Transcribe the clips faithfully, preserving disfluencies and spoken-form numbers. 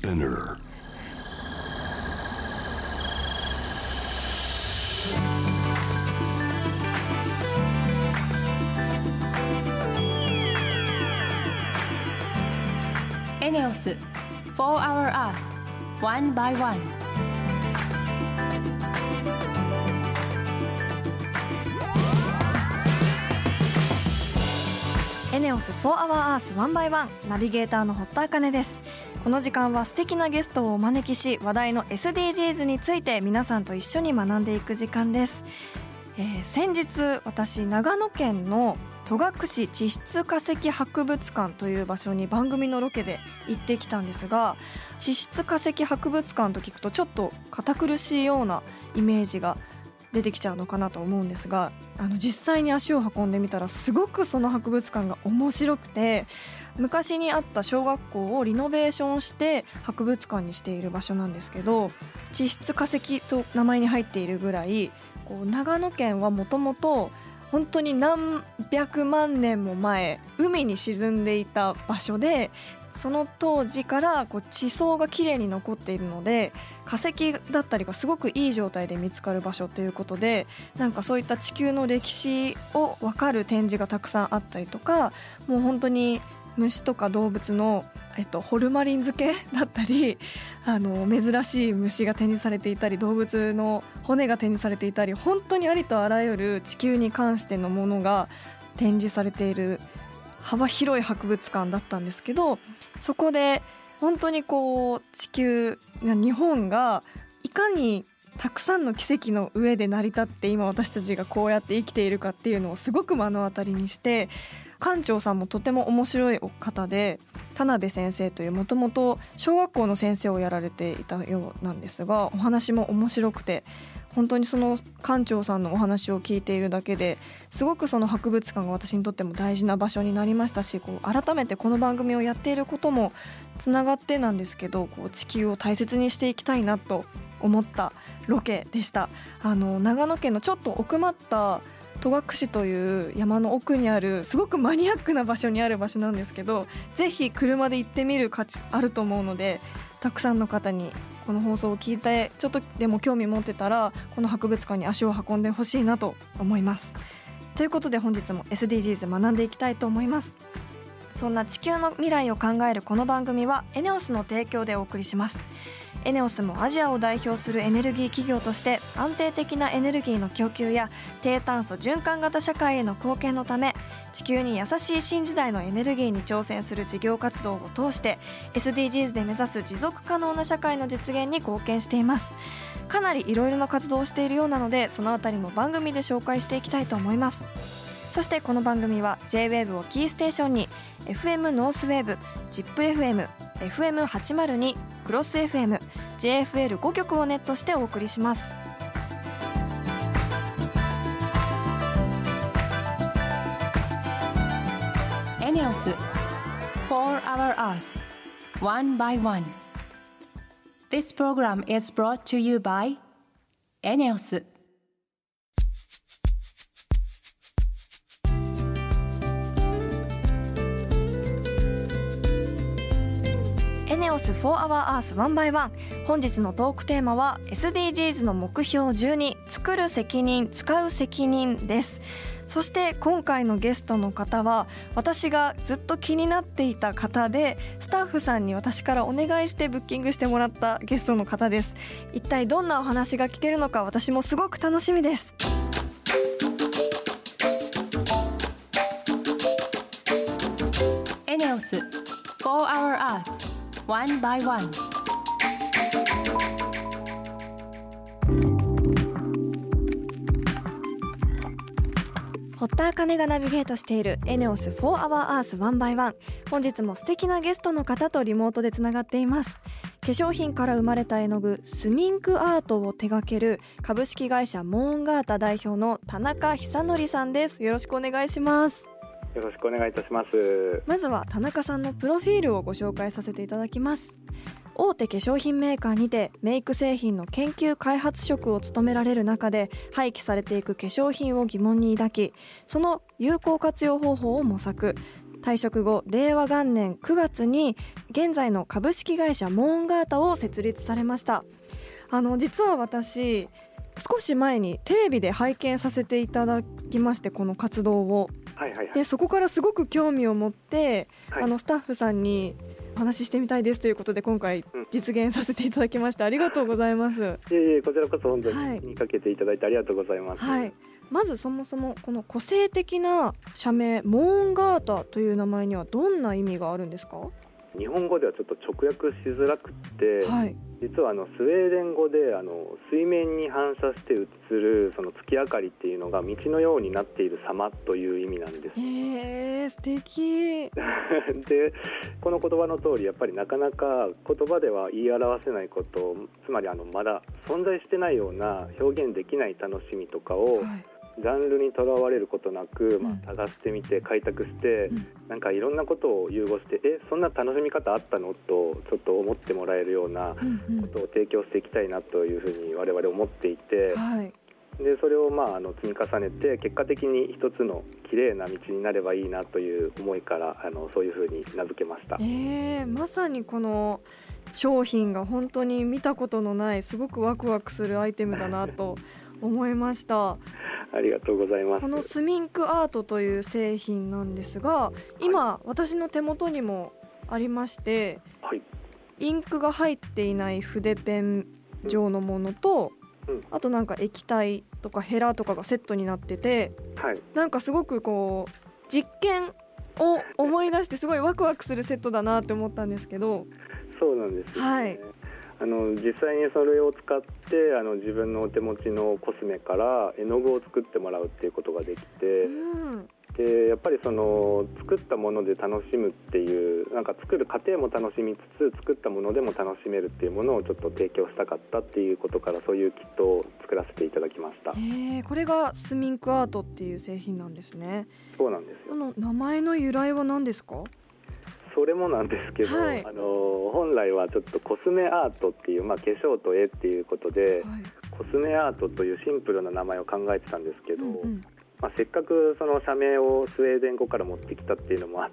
Spinner. エネオス フォー Hour Earth One by One。 エネオス フォー Hour Earth One by One ナビゲーターの堀田茜です。この時間は素敵なゲストをお招きし、話題の エスディージーズ について皆さんと一緒に学んでいく時間です。えー、先日私長野県の戸隠地質化石博物館という場所に番組のロケで行ってきたんですが、地質化石博物館と聞くとちょっと堅苦しいようなイメージが出てきちゃうのかなと思うんですが、あの実際に足を運んでみたらすごくその博物館が面白くて、昔にあった小学校をリノベーションして博物館にしている場所なんですけど、地質化石と名前に入っているぐらい、こう長野県はもともと本当に何百万年も前海に沈んでいた場所で、その当時からこう地層がきれいに残っているので、化石だったりがすごくいい状態で見つかる場所ということで、なんかそういった地球の歴史を分かる展示がたくさんあったりとか、もう本当に虫とか動物の、えっと、ホルマリン漬けだったり、あの珍しい虫が展示されていたり、動物の骨が展示されていたり、本当にありとあらゆる地球に関してのものが展示されている幅広い博物館だったんですけど、そこで本当にこう地球日本がいかにたくさんの奇跡の上で成り立って今私たちがこうやって生きているかっていうのをすごく目の当たりにして、館長さんもとても面白い方で、田辺先生というもともと小学校の先生をやられていたようなんですが、お話も面白くて、本当にその館長さんのお話を聞いているだけですごくその博物館が私にとっても大事な場所になりましたし、こう改めてこの番組をやっていることもつながってなんですけど、こう地球を大切にしていきたいなと思ったロケでした。あの長野県のちょっと奥まった戸隠という山の奥にあるすごくマニアックな場所にある場所なんですけど、ぜひ車で行ってみる価値あると思うので、たくさんの方にこの放送を聞いてちょっとでも興味持ってたら、この博物館に足を運んでほしいなと思います。ということで本日も エスディージーズ 学んでいきたいと思います。そんな地球の未来を考えるこの番組はエネオスの提供でお送りします。エネオスもアジアを代表するエネルギー企業として安定的なエネルギーの供給や低炭素循環型社会への貢献のため、地球に優しい新時代のエネルギーに挑戦する事業活動を通して エスディージーズ で目指す持続可能な社会の実現に貢献しています。かなりいろいろな活動をしているようなので、そのあたりも番組で紹介していきたいと思います。そしてこの番組は ジェイウェーブ をキーステーションに エフエム ノースウェーブ、ジップエフエム、エフエムはちまるに、クロス エフエム、ジェイエフエルご 局をネットしてお送りします。 エネオス フォー Hour Earth One by One。 This program is brought to you by エネオス。 エネオス フォー Hour Earth One by One。 本日のトークテーマは エスディージーズ の目標じゅうに、作る責任使う責任です。そして今回のゲストの方は私がずっと気になっていた方で、スタッフさんに私からお願いしてブッキングしてもらったゲストの方です。一体どんなお話が聞けるのか、私もすごく楽しみです。 エネオス フォー Hour Earth One by One。 堀田茜がナビゲートしているエネオス フォー Hour Earth One by One。 本日も素敵なゲストの方とリモートでつながっています。化粧品から生まれた絵の具スミンクアートを手掛ける株式会社モーンガータ代表の田中久則さんです。よろしくお願いします。 よろしくお願いいたします。 まずは田中さんのプロフィールをご紹介させていただきます。大手化粧品メーカーにてメイク製品の研究開発職を務められる中で、廃棄されていく化粧品を疑問に抱き、その有効活用方法を模索。 退職後れいわがんねんくがつに現在の株式会社モーンガータを設立されました。あの実は私少し前にテレビで拝見させていただきまして、この活動を、 はいはいはい、 でそこからすごく興味を持って、はい、あのスタッフさんにお話ししてみたいですということで今回実現させていただきました。ありがとうございます。いえいえ、こちらこそ本当に気にかけていただいてありがとうございます、 はい、まずそもそもこの個性的な社名モーンガータという名前にはどんな意味があるんですか？ 日本語ではちょっと直訳しづらくて、はい、実はあのスウェーデン語であの水面に反射して映るその月明かりっていうのが道のようになっている様という意味なんです。 へー、素敵でこの言葉の通りやっぱりなかなか言葉では言い表せないこと、つまりあのまだ存在してないような表現できない楽しみとかを、はい、ジャンルにとらわれることなく、まあ、探してみて開拓して、うん、なんかいろんなことを融合して、えそんな楽しみ方あったのとちょっと思ってもらえるようなことを提供していきたいなというふうに我々思っていて、はい、でそれをまああの積み重ねて結果的に一つの綺麗な道になればいいなという思いからあのそういうふうに名付けました。 えー、まさにこの商品が本当に見たことのないすごくワクワクするアイテムだなと思いましたありがとうございます。 このスミンクアートという製品なんですが、今、はい、私の手元にもありまして、はい、インクが入っていない筆ペン状のものと、うん、あとなんか液体とかヘラとかがセットになってて、はい、なんかすごくこう実験を思い出してすごいワクワクするセットだなって思ったんですけど。 そうなんですよね、 はい、 あの実際にそれを使ってあの自分のお手持ちのコスメから絵の具を作ってもらうっていうことができて、うん、でやっぱりその作ったもので楽しむっていうなんか作る過程も楽しみつつ作ったものでも楽しめるっていうものをちょっと提供したかったっていうことからそういうキットを作らせていただきました。 へー、これがスミンクアートっていう製品なんですね。 そうなんですよ。 この名前の由来は何ですか？ それもなんですけど、はい、あの本来はちょっとコスメアートっていう、まあ、化粧と絵っていうことで、はい、コスメアートというシンプルな名前を考えてたんですけど、うんうん、まあ、せっかくその社名をスウェーデン語から持ってきたっていうのもあって、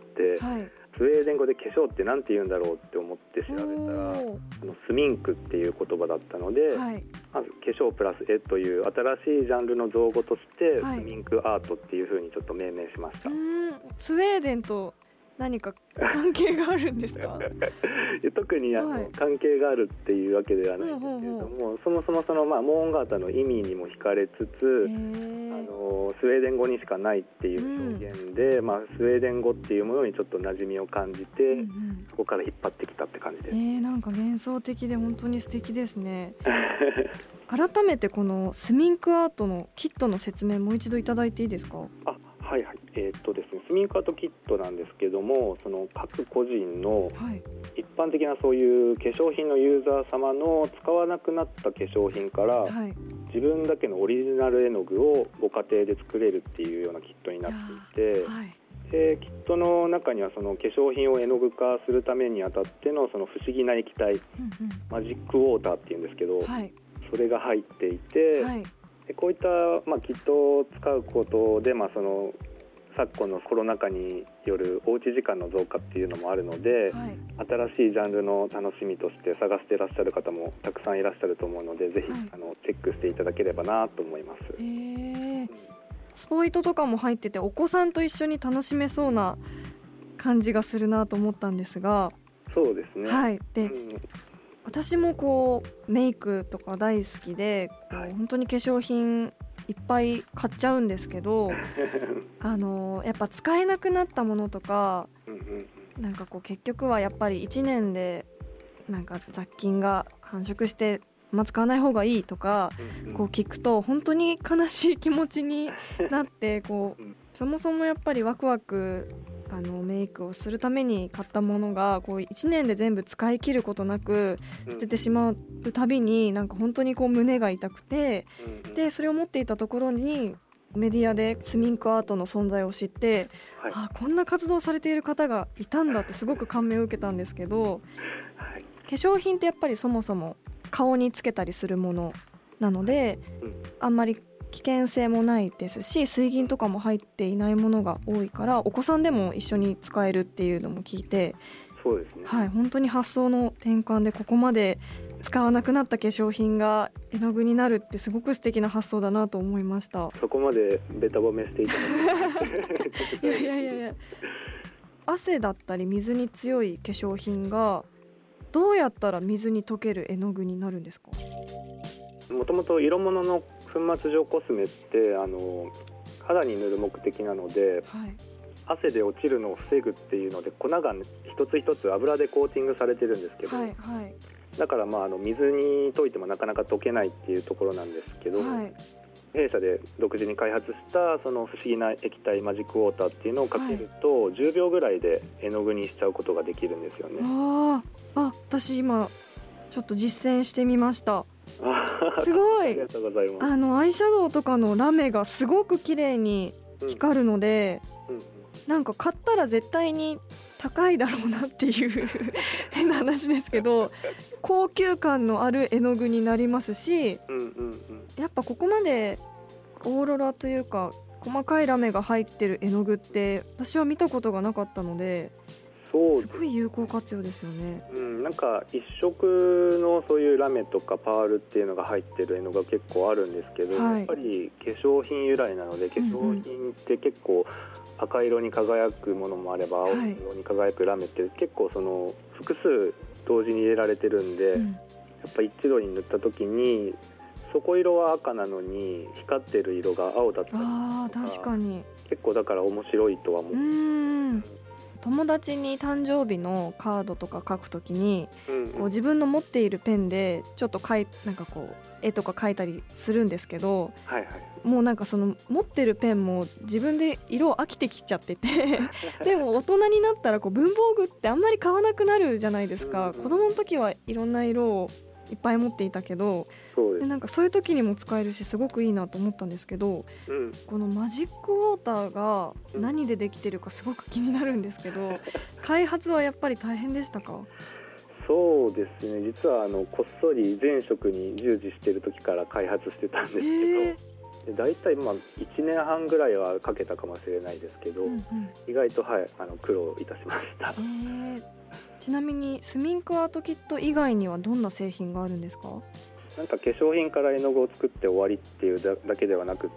はい、スウェーデン語で化粧ってなんて言うんだろうって思って調べたらあのスミンクっていう言葉だったので、はい、まず化粧プラス絵という新しいジャンルの造語として、はい、スミンクアートっていう風にちょっと命名しました。 うーん、スウェーデンと何か関係があるんですか？ 特にあの、はい、関係があるっていうわけではないんですけれども、ほうほうほう、そもそもその、まあ、モーンガータの意味にも惹かれつつ、あのスウェーデン語にしかないっていう表現で、うん、まあ、スウェーデン語っていうものにちょっと馴染みを感じて、うんうん、そこから引っ張ってきたって感じです。 えー、なんか幻想的で本当に素敵ですね改めてこのスミンクアートのキットの説明もう一度いただいていいですか？ あ、はいはい、えーっとですね、スミンクアートキットなんですけども、その各個人の一般的なそういう化粧品のユーザー様の使わなくなった化粧品から、はい、自分だけのオリジナル絵の具をご家庭で作れるっていうようなキットになっていて、はい、でキットの中にはその化粧品を絵の具化するためにあたってのその不思議な液体、うんうん、マジックウォーターっていうんですけど、はい、それが入っていて、はい、でこういった、まあ、キットを使うことで、まあ、その昨今のコロナ禍によるおうち時間の増加っていうのもあるので、はい、新しいジャンルの楽しみとして探していらっしゃる方もたくさんいらっしゃると思うので、ぜひ、はい、あのチェックしていただければなと思います。 へー、うん、スポイトとかも入っててお子さんと一緒に楽しめそうな感じがするなと思ったんですが。 そうですね、 はい、で、うん、私もこうメイクとか大好きで、はい、本当に化粧品いっぱい買っちゃうんですけどあのやっぱ使えなくなったものとか、うんうん、なんかこう結局はやっぱりいちねんでなんか雑菌が繁殖してあんま使わない方がいいとか、うんうん、こう聞くと本当に悲しい気持ちになってこうそもそもやっぱりワクワクあのメイクをするために買ったものがこういちねんで全部使い切ることなく捨ててしまうたびになんか本当にこう胸が痛くて、でそれを持っていたところにメディアでスミンクアートの存在を知って、はい、あこんな活動されている方がいたんだってすごく感銘を受けたんですけど、はい、化粧品ってやっぱりそもそも顔につけたりするものなので、うん、あんまり危険性もないですし、水銀とかも入っていないものが多いから、お子さんでも一緒に使えるっていうのも聞いて、 そうですね、 はい、本当に発想の転換でここまで使わなくなった化粧品が絵の具になるってすごく素敵な発想だなと思いました。 そこまでベタ褒めしていただいていやいやいやいや、汗だったり水に強い化粧品がどうやったら水に溶ける絵の具になるんですか？ もともと色物の粉末状コスメってあの肌に塗る目的なので、 はい、 汗で落ちるのを防ぐっていうので粉が一つ一つ油でコーティングされてるんですけど、 はいはい、 だからまああの水に溶いてもなかなか溶けないっていうところなんですけど、はい、弊社で独自に開発したその不思議な液体マジックウォーターっていうのをかけると、はい、じゅうびょうぐらいで絵の具にしちゃうことができるんですよね。 ああ、私今ちょっと実践してみました。すごい。ありがとうございます。 あのアイシャドウとかのラメがすごく綺麗に光るので、うんうんうん、なんか買ったら絶対に高いだろうなっていう変な話ですけど高級感のある絵の具になりますし、うんうんうん、やっぱここまでオーロラというか細かいラメが入ってる絵の具って私は見たことがなかったので、 そうすごい有効活用ですよね。 うん、なんか一色のそういうラメとかパールっていうのが入ってる絵の具が結構あるんですけど、はい、やっぱり化粧品由来なので化粧品って結構赤色に輝くものもあれば青色に輝くラメって結構その複数同時に入れられてるんで、うん、やっぱ一度に塗った時に底色は赤なのに光ってる色が青だったりとか、 あー、確かに結構だから面白いとは思う。うーん、友達に誕生日のカードとか書くときに、うんうん、こう自分の持っているペンでちょっとかいなんかこう絵とか描いたりするんですけど、はいはい、もうなんかその持ってるペンも自分で色飽きてきちゃっててでも大人になったらこう文房具ってあんまり買わなくなるじゃないですか、うんうん、子供の時はいろんな色をいっぱい持っていたけど、そうです。でなんかそういう時にも使えるしすごくいいなと思ったんですけど、うん、このマジックウォーターが何でできてるかすごく気になるんですけど、うん、開発はやっぱり大変でしたか？ そうですね、実はあのこっそり前職に従事している時から開発してたんですけど、えー、だいたいまあいちねんはんぐらいはかけたかもしれないですけど、うんうん、意外と、はい、あの苦労いたしました。 えーちなみにスミンクアートキット以外にはどんな製品があるんですか？ なんか化粧品から絵の具を作って終わりっていうだけではなくって、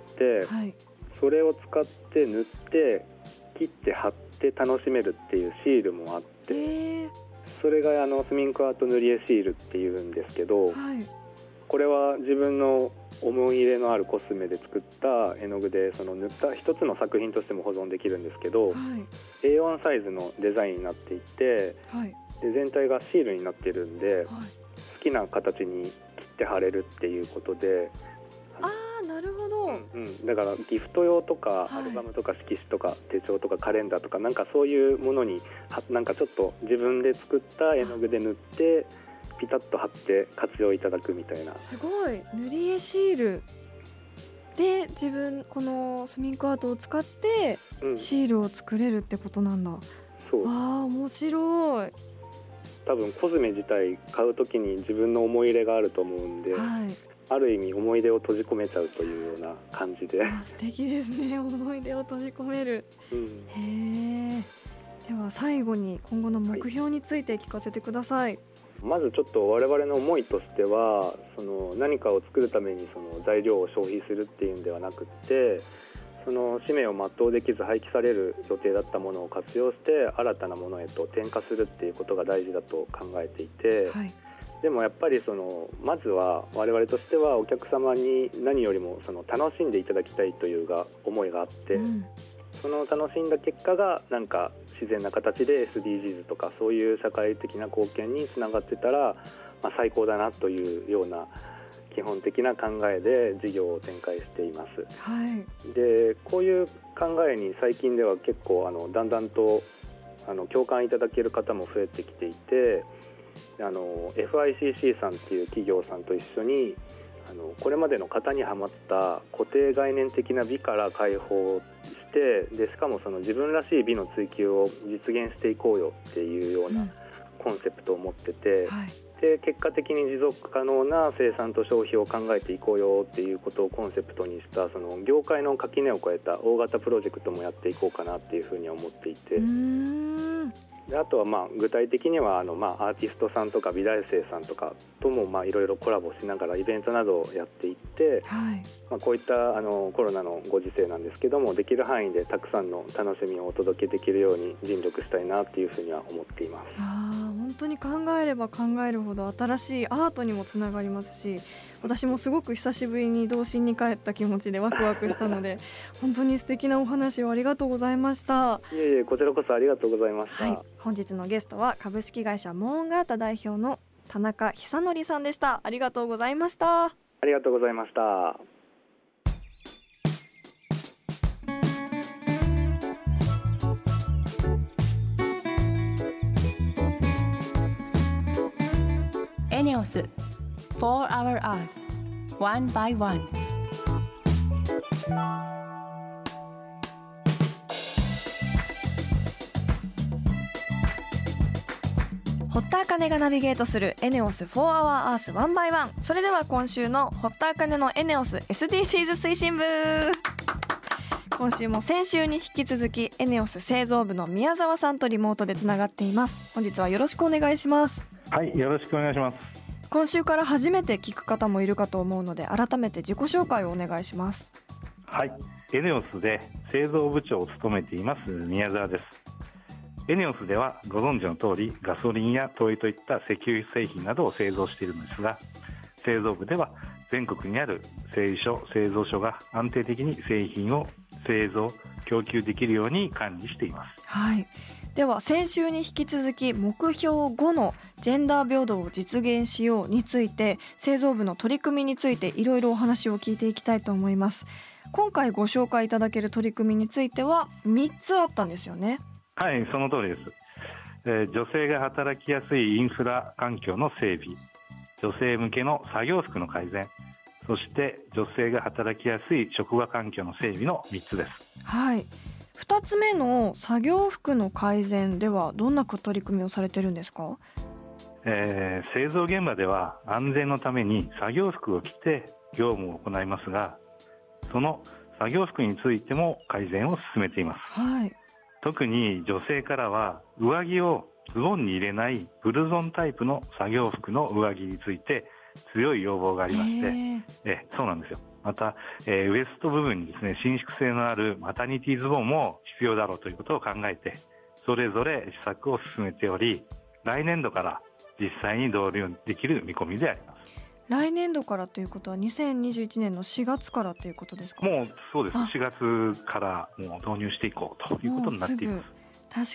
はい、それを使って塗って切って貼って楽しめるっていうシールもあって、えー、それがあのスミンクアート塗り絵シールっていうんですけど、はい、これは自分の思い入れのあるコスメで作った絵の具でその塗った一つの作品としても保存できるんですけど、はい、エーよん サイズのデザインになっていて、はい、で全体がシールになってるんで、はい、好きな形に切って貼れるっていうことで、 あー、なるほど、 うんうん、だからギフト用とか、はい、アルバムとか色紙とか手帳とかカレンダーとかなんかそういうものになんかちょっと自分で作った絵の具で塗ってピタッと貼って活用いただくみたいな。 すごい、塗り絵シールで自分このスミンクアートを使ってシールを作れるってことなんだ、うん、そう。あー、面白い。 多分コスメ自体買うときに自分の思い入れがあると思うんで、はい、ある意味思い出を閉じ込めちゃうというような感じで。 あ、素敵ですね、思い出を閉じ込める、うん、へー。では最後に今後の目標について聞かせてください。はい、 まずちょっと我々の思いとしてはその何かを作るためにその材料を消費するっていうんではなくってその使命を全うできず廃棄される予定だったものを活用して新たなものへと転化するっていうことが大事だと考えていて、はい、でもやっぱりそのまずは我々としてはお客様に何よりもその楽しんでいただきたいというが思いがあって、うん、その楽しんだ結果がなんか自然な形で エスディージーズ とかそういう社会的な貢献につながってたら、まあ、最高だなというような基本的な考えで事業を展開しています。はい、でこういう考えに最近では結構あのだんだんとあの共感いただける方も増えてきていて、あの エフアイシーシー さんっていう企業さんと一緒にあのこれまでの型にはまった固定概念的な美から解放してでしかもその自分らしい美の追求を実現していこうよっていうようなコンセプトを持ってて、うん、はい、 で結果的に持続可能な生産と消費を考えていこうよっていうことをコンセプトにしたその業界の垣根を越えた大型プロジェクトもやっていこうかなっていうふうに思っていて、 うーんであとはまあ具体的にはあのまあアーティストさんとか美大生さんとかともまあいろいろコラボしながらイベントなどをやっていって、 はいまあ、こういったあのコロナのご時世なんですけどもできる範囲でたくさんの楽しみをお届けできるように尽力したいなっていうふうには思っています。 あー本当に考えれば考えるほど新しいアートにもつながりますし、私もすごく久しぶりに童心に帰った気持ちでワクワクしたので本当に素敵なお話をありがとうございました。 いえいえこちらこそありがとうございました、 はい、本日のゲストは株式会社モーンガータ代表の田中久則さんでした。ありがとうございました。 ありがとうございました。 エネオス For Our Earth One by One。 堀田茜がナビゲートするエネオス For Our Earth One by One。 それでは今週の堀田茜のエネオス エスディージーズ 推進部、今週も先週に引き続きエネオス製造部の宮沢さんとリモートでつながっています。本日はよろしくお願いします。 はい、よろしくお願いします。 今週から初めて聞く方もいるかと思うので改めて自己紹介をお願いします。 はい、エネオスで製造部長を務めています宮沢です。エネオスではご存知の通りガソリンや灯油といった石油製品などを製造しているんですが、製造部では全国にある製油所製造所が安定的に製品を製造供給できるように管理しています。 はい、では先週に引き続き目標ごのジェンダー平等を実現しようについて製造部の取り組みについていろいろお話を聞いていきたいと思います。今回ご紹介いただける取り組みについてはみっつあったんですよね。 はい、その通りです。えー、女性が働きやすいインフラ環境の整備、女性向けの作業服の改善、そして女性が働きやすい職場環境の整備のみっつです。 はい、ふたつめの作業服の改善ではどんな取り組みをされてるんですか？ えー、製造現場では安全のために作業服を着て業務を行いますが、その作業服についても改善を進めています。 はい、 特に女性からは上着をズボンに入れないブルゾンタイプの作業服の上着について強い要望がありまして、えそうなんですよ。また、えー、ウエスト部分にですね伸縮性のあるマタニティズボンも必要だろうということを考えてそれぞれ施策を進めており、来年度から実際に導入できる見込みであります。 来年度からということはにせんにじゅういちねんのしがつからということですか？ もうそうです。しがつからもう導入していこうということになっています。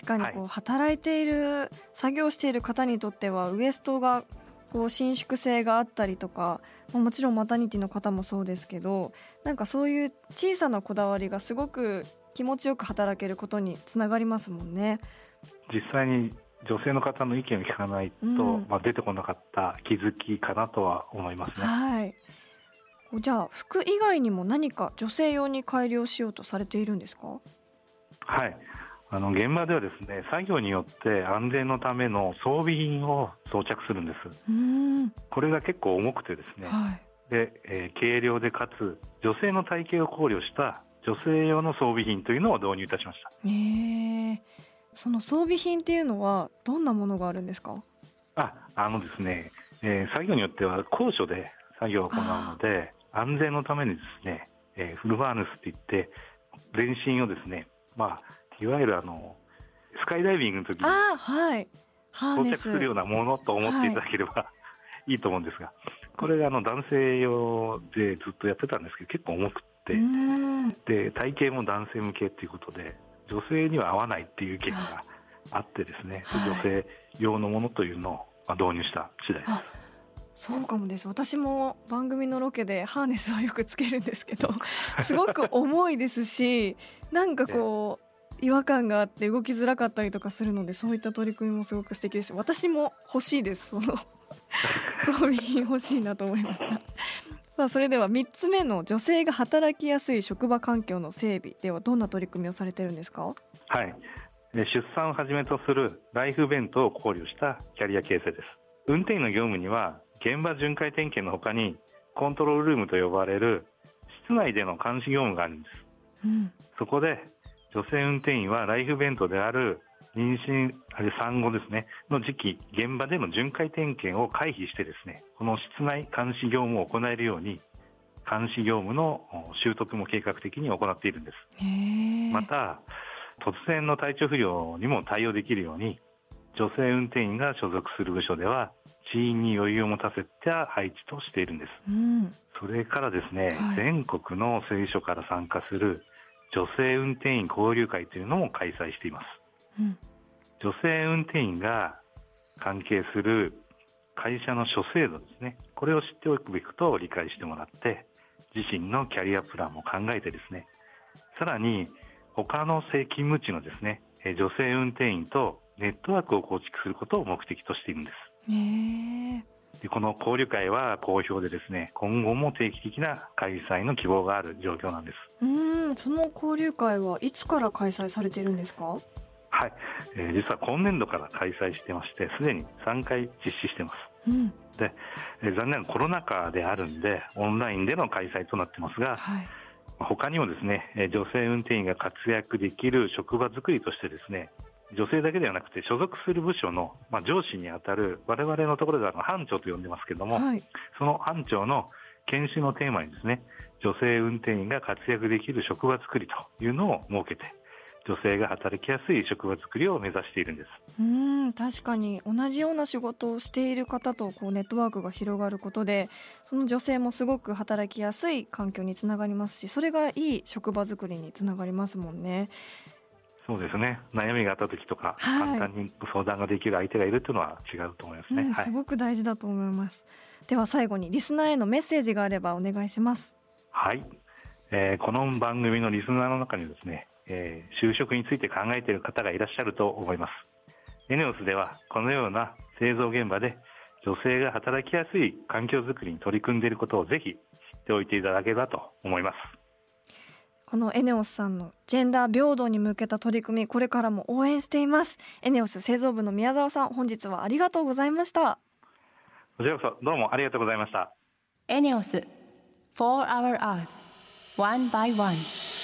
確かにこう、はい、働いている作業している方にとってはウエストがこう伸縮性があったりとか、もちろんマタニティの方もそうですけど、なんかそういう小さなこだわりがすごく気持ちよく働けることにつながりますもんね。 実際に女性の方の意見を聞かないと、うん、まあ、出てこなかった気づきかなとは思いますね。 はい、じゃあ服以外にも何か女性用に改良しようとされているんですか？ はい、あの現場ではですね作業によって安全のための装備品を装着するんです。 うーん、 これが結構重くてですね、 はい、 で、えー、軽量でかつ女性の体型を考慮した女性用の装備品というのを導入いたしました。 へー、その装備品っていうのはどんなものがあるんですか？ あ、あのですね、えー、作業によっては高所で作業を行うので安全のためにですね、えー、フルハーネスっていって全身をですね、まあいわゆるあのスカイダイビングの時に装着するようなものと思っていただければ、はい、いいと思うんですが、これがあの男性用でずっとやってたんですけど結構重くってで体型も男性向けということで女性には合わないっていう意見があってですね、はい、女性用のものというのを導入した次第です。 そうかもです。私も番組のロケでハーネスはよくつけるんですけどすごく重いですしなんかこう違和感があって動きづらかったりとかするので、そういった取り組みもすごく素敵です。私も欲しいです。その装備品欲しいなと思いましたさあ、それではみっつめの女性が働きやすい職場環境の整備ではどんな取り組みをされてるんですか？ はい、出産をはじめとするライフイベントを考慮したキャリア形成です。 運転員の業務には現場巡回点検の他にコントロールルームと呼ばれる室内での監視業務があるんです、うん、そこで女性運転員はライフイベントである妊娠あるいは産後ですねの時期、現場での巡回点検を回避してですね、この室内監視業務を行えるように監視業務の習得も計画的に行っているんです。へまた突然の体調不良にも対応できるように女性運転員が所属する部署では人員に余裕を持たせた配置としているんです、うん、それからですね、はい、全国の整備所から参加する女性運転員交流会というのも開催しています、うん、女性運転員が関係する会社の諸制度ですね、これを知っておくべきと理解してもらって自身のキャリアプランも考えてですね、さらに他の勤務地のですね女性運転員とネットワークを構築することを目的としているんです。へー。でこの交流会は好評でですね、今後も定期的な開催の希望がある状況なんです。 うーん、その交流会はいつから開催されているんですか？ はい、えー、実は今年度から開催してまして、すでにさんかい実施してます、うん、で、えー、残念なコロナ禍であるんでオンラインでの開催となってますが、はい、他にもですね女性運転員が活躍できる職場づくりとしてですね、女性だけではなくて所属する部署の、まあ、上司にあたる我々のところでは班長と呼んでますけども、はい、その班長の研修のテーマにですね、女性運転員が活躍できる職場づくりというのを設けて、女性が働きやすい職場づくりを目指しているんです。 うーん、確かに同じような仕事をしている方とこうネットワークが広がることで、その女性もすごく働きやすい環境につながりますし、それがいい職場づくりにつながりますもんね。 そうですね、悩みがあった時とか、はい、簡単に相談ができる相手がいるというのは違うと思いますね、 うんはい、すごく大事だと思います。では最後にリスナーへのメッセージがあればお願いします。 はい、えー、この番組のリスナーの中にですね、えー、就職について考えている方がいらっしゃると思います。エネオスではこのような製造現場で女性が働きやすい環境づくりに取り組んでいることをぜひ知っておいていただければと思います。 このエネオスさんのジェンダー平等に向けた取り組み、これからも応援しています。エネオス製造部の宮沢さん、本日はありがとうございました。 こちらこそどうもありがとうございました。 エネオス For Our Earth One by One。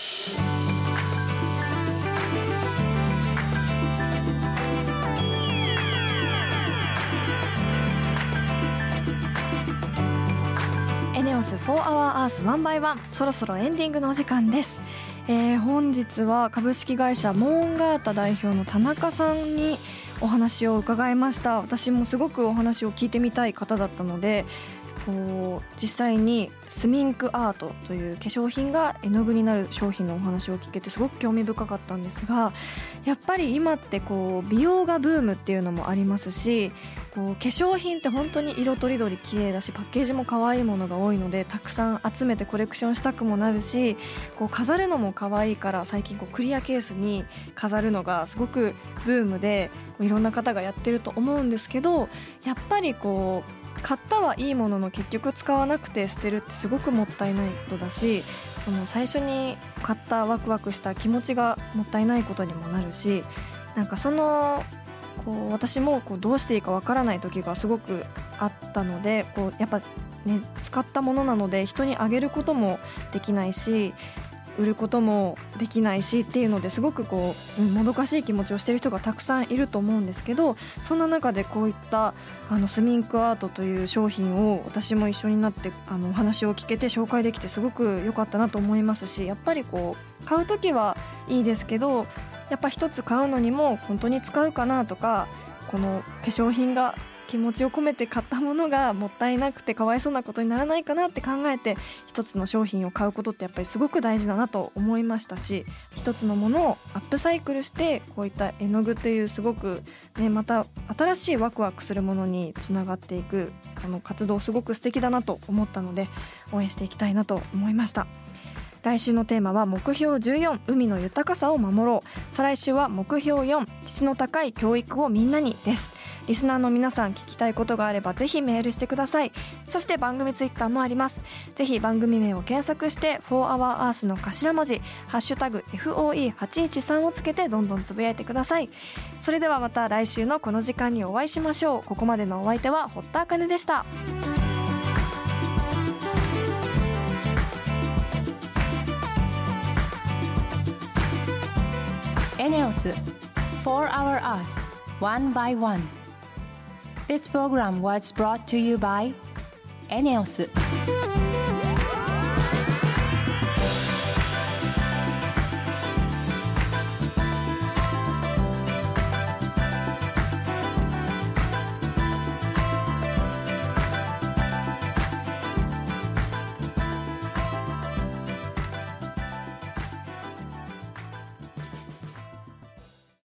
エネオス For Our Earth One by One、 そろそろエンディングのお時間です。えー、本日は株式会社モーンガータ代表の田中さんにお話を伺いました。私もすごくお話を聞いてみたい方だったので、こう実際にスミンクアートという化粧品が絵の具になる商品のお話を聞けてすごく興味深かったんですが、やっぱり今ってこう美容がブームっていうのもありますし、こう化粧品って本当に色とりどり綺麗だし、パッケージも可愛いものが多いのでたくさん集めてコレクションしたくもなるし、こう飾るのも可愛いから最近こうクリアケースに飾るのがすごくブームで、いろんな方がやってると思うんですけど、やっぱりこう買ったはいいものの結局使わなくて捨てるってすごくもったいないことだし、その最初に買ったワクワクした気持ちがもったいないことにもなるし、なんかそのこう私もこうどうしていいかわからない時がすごくあったので、こうやっぱね使ったものなので人にあげることもできないし売ることもできないしっていうのですごくこう、うん、もどかしい気持ちをしている人がたくさんいると思うんですけど、そんな中でこういったあのスミンクアートという商品を私も一緒になってあのお話を聞けて紹介できてすごく良かったなと思いますし、やっぱりこう買うときはいいですけど、やっぱ一つ買うのにも本当に使うかなとか、この化粧品が気持ちを込めて買ったものがもったいなくてかわいそうなことにならないかなって考えて一つの商品を買うことってやっぱりすごく大事だなと思いましたし、一つのものをアップサイクルしてこういった絵の具というすごく、ね、また新しいワクワクするものにつながっていくあの活動すごく素敵だなと思ったので応援していきたいなと思いました。 来週のテーマは目標じゅうよん、海の豊かさを守ろう。再来週は目標よん、質の高い教育をみんなにです。リスナーの皆さん、聞きたいことがあればぜひメールしてください。そして番組ツイッターもあります。ぜひ番組名を検索して フォーアワーアース の頭文字ハッシュタグ エフオーイーはちいちさん をつけてどんどんつぶやいてください。それではまた来週のこの時間にお会いしましょう。ここまでのお相手は堀田茜でした。 エネオス フォーアワー Earth One by One. This program was brought to you by エネオス。